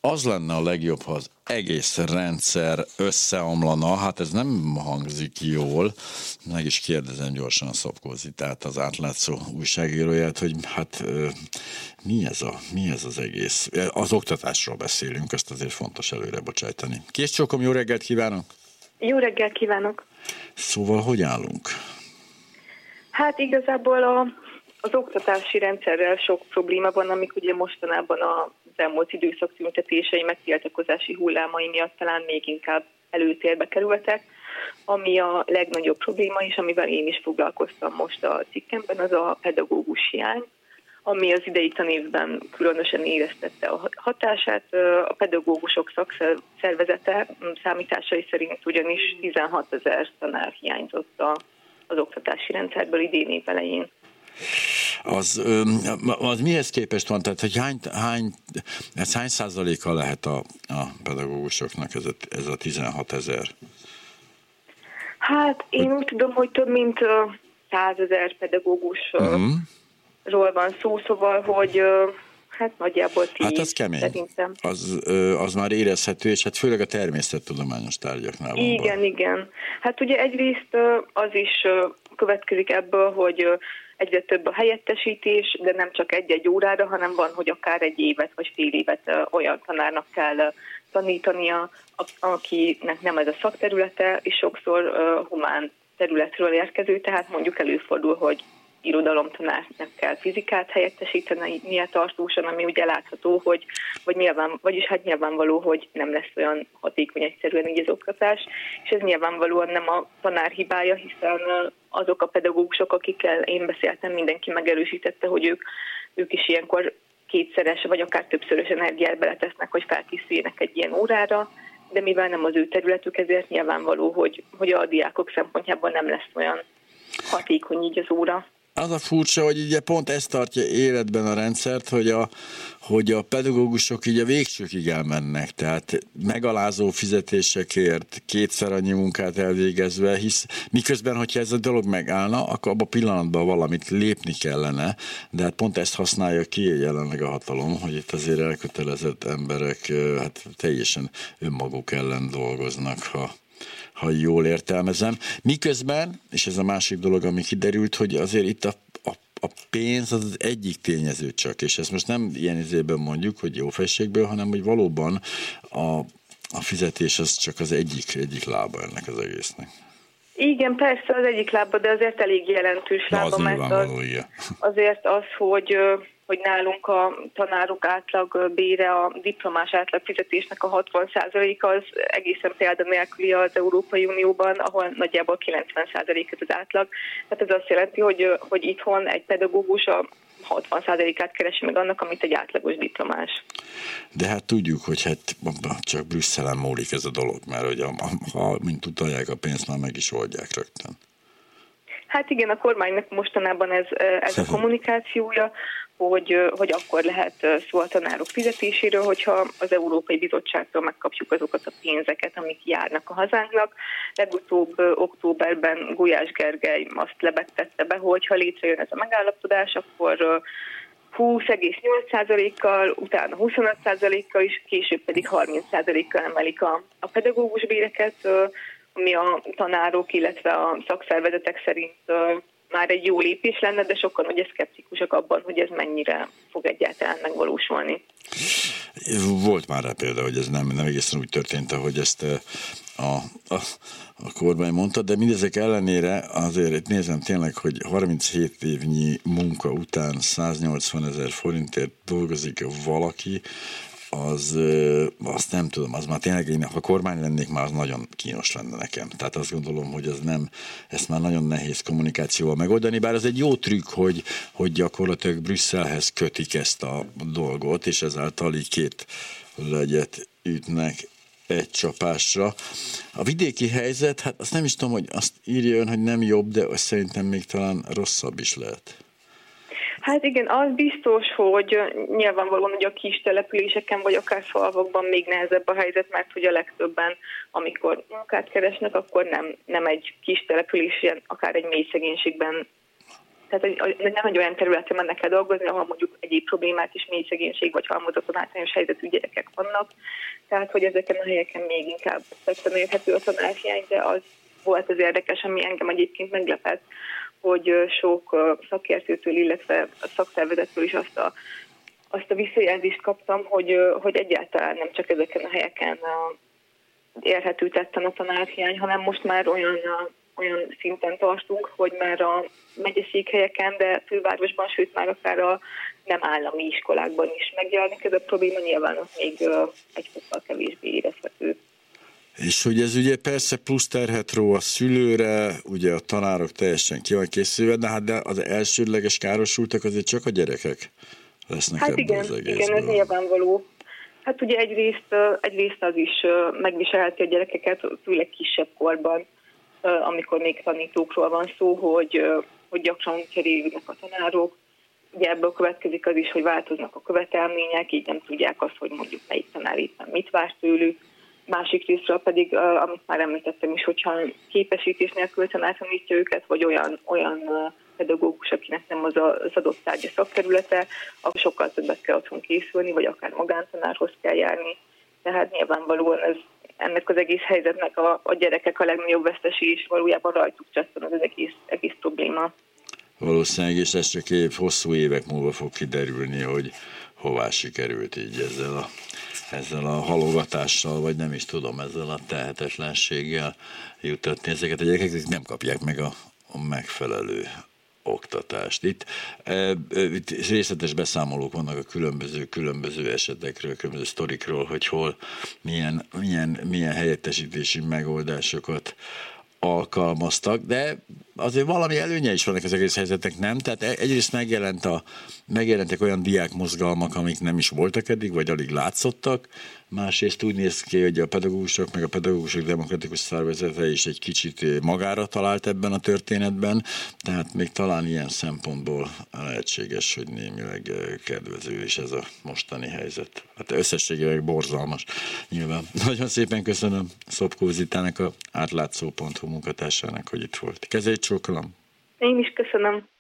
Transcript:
az lenne a legjobb, ha az egész rendszer összeomlana, hát ez nem hangzik jól, meg is kérdezem gyorsan a Szabkó Zitát, az Átlátszó újságíróját, hogy hát mi ez az egész? Az oktatásról beszélünk, ezt azért fontos előre bocsájtani. Kész csókom, jó reggelt kívánok! Jó reggelt kívánok! Szóval hogy állunk? Hát igazából az oktatási rendszerrel sok probléma van, amik ugye mostanában az elmúlt időszak tüntetései, megtiltakozási hullámai miatt talán még inkább előtérbe kerültek. Ami a legnagyobb probléma is, amivel én is foglalkoztam most a cikkemben, az a pedagógus hiány, ami az idei tanévben különösen éreztette a hatását. A pedagógusok szakszervezete számításai szerint ugyanis 16 000 tanár hiányzott az oktatási rendszerből idén év elején. Az mihez képest van? Tehát, hogy hány százaléka lehet a pedagógusoknak ez a 16 000? Hát én úgy tudom, hogy több mint 100 000 pedagógusról van szó, szóval, hogy hát nagyjából 10. Hát az kemény. Szerintem. Az már érezhető, és hát főleg a természettudományos tárgyaknál van. Igen. Hát ugye egyrészt az is következik ebből, hogy egyre több a helyettesítés, de nem csak egy-egy órára, hanem van, hogy akár egy évet vagy fél évet olyan tanárnak kell tanítania, akinek nem ez a szakterülete, és sokszor humán területről érkező, tehát mondjuk előfordul, hogy irodalomtanárnak kell fizikát helyettesítenie tartósan, ami ugye látható, vagyis nyilvánvaló, hogy nem lesz olyan hatékony egyszerűen így az oktatás, és ez nyilvánvalóan nem a tanár hibája, hiszen azok a pedagógusok, akikkel én beszéltem, mindenki megerősítette, hogy ők is ilyenkor kétszeres, vagy akár többszörös energiát beletesznek, hogy felkészüljenek egy ilyen órára, de mivel nem az ő területük, ezért nyilvánvaló, hogy a diákok szempontjából nem lesz olyan hatékony így az óra. Az a furcsa, hogy ugye pont ez tartja életben a rendszert, hogy a pedagógusok így a végsőkig elmennek, tehát megalázó fizetésekért, kétszer annyi munkát elvégezve, hisz miközben, hogyha ez a dolog megállna, akkor abban a pillanatban valamit lépni kellene, de hát pont ezt használja ki jelenleg a hatalom, hogy itt azért elkötelezett emberek hát teljesen önmaguk ellen dolgoznak, ha jól értelmezem. Miközben, és ez a másik dolog, ami kiderült, hogy azért itt a pénz az egyik tényező csak, és ezt most nem ilyen izében mondjuk, hogy jó fejségből, hanem hogy valóban a fizetés az csak az egyik lába ennek az egésznek. Igen, persze az egyik lába, de azért elég jelentős lába, mert azért az, hogy nálunk a tanárok átlag bére, a diplomás átlag fizetésnek a 60%-a az egészen példanélküli az Európai Unióban, ahol nagyjából 90% ez az átlag. Tehát ez azt jelenti, hogy itthon egy pedagógus a 60%-át keresi meg annak, amit egy átlagos diplomás. De hát tudjuk, hogy hát csak Brüsszelen múlik ez a dolog, mert hogy ha mint utalják a pénzt, már meg is oldják rögtön. Hát igen, a kormánynak mostanában ez a kommunikációja, hogy akkor lehet szó a tanárok fizetéséről, hogyha az Európai Bizottságtól megkapjuk azokat a pénzeket, amik járnak a hazánknak. Legutóbb októberben Gulyás Gergely azt lebegtette be, hogy ha létrejön ez a megállapodás, akkor 20,8%-kal, utána 25%-kal is, később pedig 30%-kal emelik a pedagógus béreket, ami a tanárok, illetve a szakszervezetek szerint már egy jó lépés lenne, de sokan ugye szkeptikusak abban, hogy ez mennyire fog egyáltalán megvalósulni. Volt már rá példa, hogy ez nem egészen úgy történt, ahogy ezt a kormány mondta, de mindezek ellenére azért nézem tényleg, hogy 37 évnyi munka után 180 000 forintért dolgozik valaki, azt nem tudom, az már tényleg, ha kormány lennék, már az nagyon kínos lenne nekem. Tehát azt gondolom, hogy ezt már nagyon nehéz kommunikációval megoldani, bár az egy jó trükk, hogy gyakorlatilag Brüsszelhez kötik ezt a dolgot, és ezáltal így két legyet ütnek egy csapásra. A vidéki helyzet, hát azt nem is tudom, hogy azt írja ön, hogy nem jobb, de azt szerintem még talán rosszabb is lehet. Hát igen, az biztos, hogy nyilvánvalóan, hogy a kis településeken vagy akár falvakban még nehezebb a helyzet, mert hogy a legtöbben, amikor munkát keresnek, akkor nem egy kis településen, akár egy mély szegénységben Tehát nem egy olyan területen mennek el dolgozni, ahol mondjuk egyéb problémát is, mély szegénység vagy halmozottan hátrányos helyzetű gyerekek vannak. Tehát, hogy ezeken a helyeken még inkább tetten érhető a tanárhiány, de az volt az érdekes, ami engem egyébként meglepett, hogy sok szakértőtől, illetve a szakszervezettől is azt a visszajelzést kaptam, hogy egyáltalán nem csak ezeken a helyeken érhető tetten a tanárhiány, hanem most már olyan szinten tartunk, hogy már a megyeszékhelyeken, de fővárosban, sőt már akár a nem állami iskolákban is megjelenik ez a probléma, nyilván ott még egy fokkal kevésbé érezhető. És hogy ez ugye persze plusz terhet ró a szülőre, ugye a tanárok teljesen ki van készülve, de az elsődleges károsultak azért csak a gyerekek lesznek hát ebből igen, az egészből. Igen, ez nyilvánvaló. Hát ugye egyrészt az is megviselheti a gyerekeket, főleg kisebb korban, amikor még tanítókról van szó, hogy gyakran cserélődnek a tanárok. Ugye ebből következik az is, hogy változnak a követelmények, így nem tudják azt, hogy mondjuk melyik tanár éppen mit vár tőlük. Másik részről pedig, amit már említettem is, hogyha képesítés nélkül tanár tanítja őket, vagy olyan pedagógus, akinek nem az adott tárgya szakterülete, akkor sokkal többet kell otthon készülni, vagy akár magántanárhoz kell járni. Tehát nyilvánvalóan ennek az egész helyzetnek a gyerekek a legnagyobb vesztesi, és valójában rajtuk csattan az egész probléma. Valószínűleg, és ez csak hosszú évek múlva fog kiderülni, hogy hová sikerült így ezzel a halogatással, vagy nem is tudom, ezzel a tehetetlenséggel jutatni ezeket a gyerekek, nem kapják meg a megfelelő oktatást. Itt részletes beszámolók vannak a különböző esetekről, különböző sztorikról, hogy hol milyen helyettesítési megoldásokat alkalmaztak, de azért valami előnye is vannak az egész helyzetek, nem? Tehát egyrészt megjelentek olyan diákmozgalmak, amik nem is voltak eddig, vagy alig látszottak, másrészt úgy néz ki, hogy a pedagógusok, meg a pedagógusok demokratikus szervezete is egy kicsit magára talált ebben a történetben, tehát még talán ilyen szempontból lehetséges, hogy némileg kedvező is ez a mostani helyzet. Hát összességében borzalmas nyilván. Nagyon szépen köszönöm Szopkó Zitának, a átlátszó.hu munkatársának, hogy itt volt. Kezét csókolom! Én is köszönöm.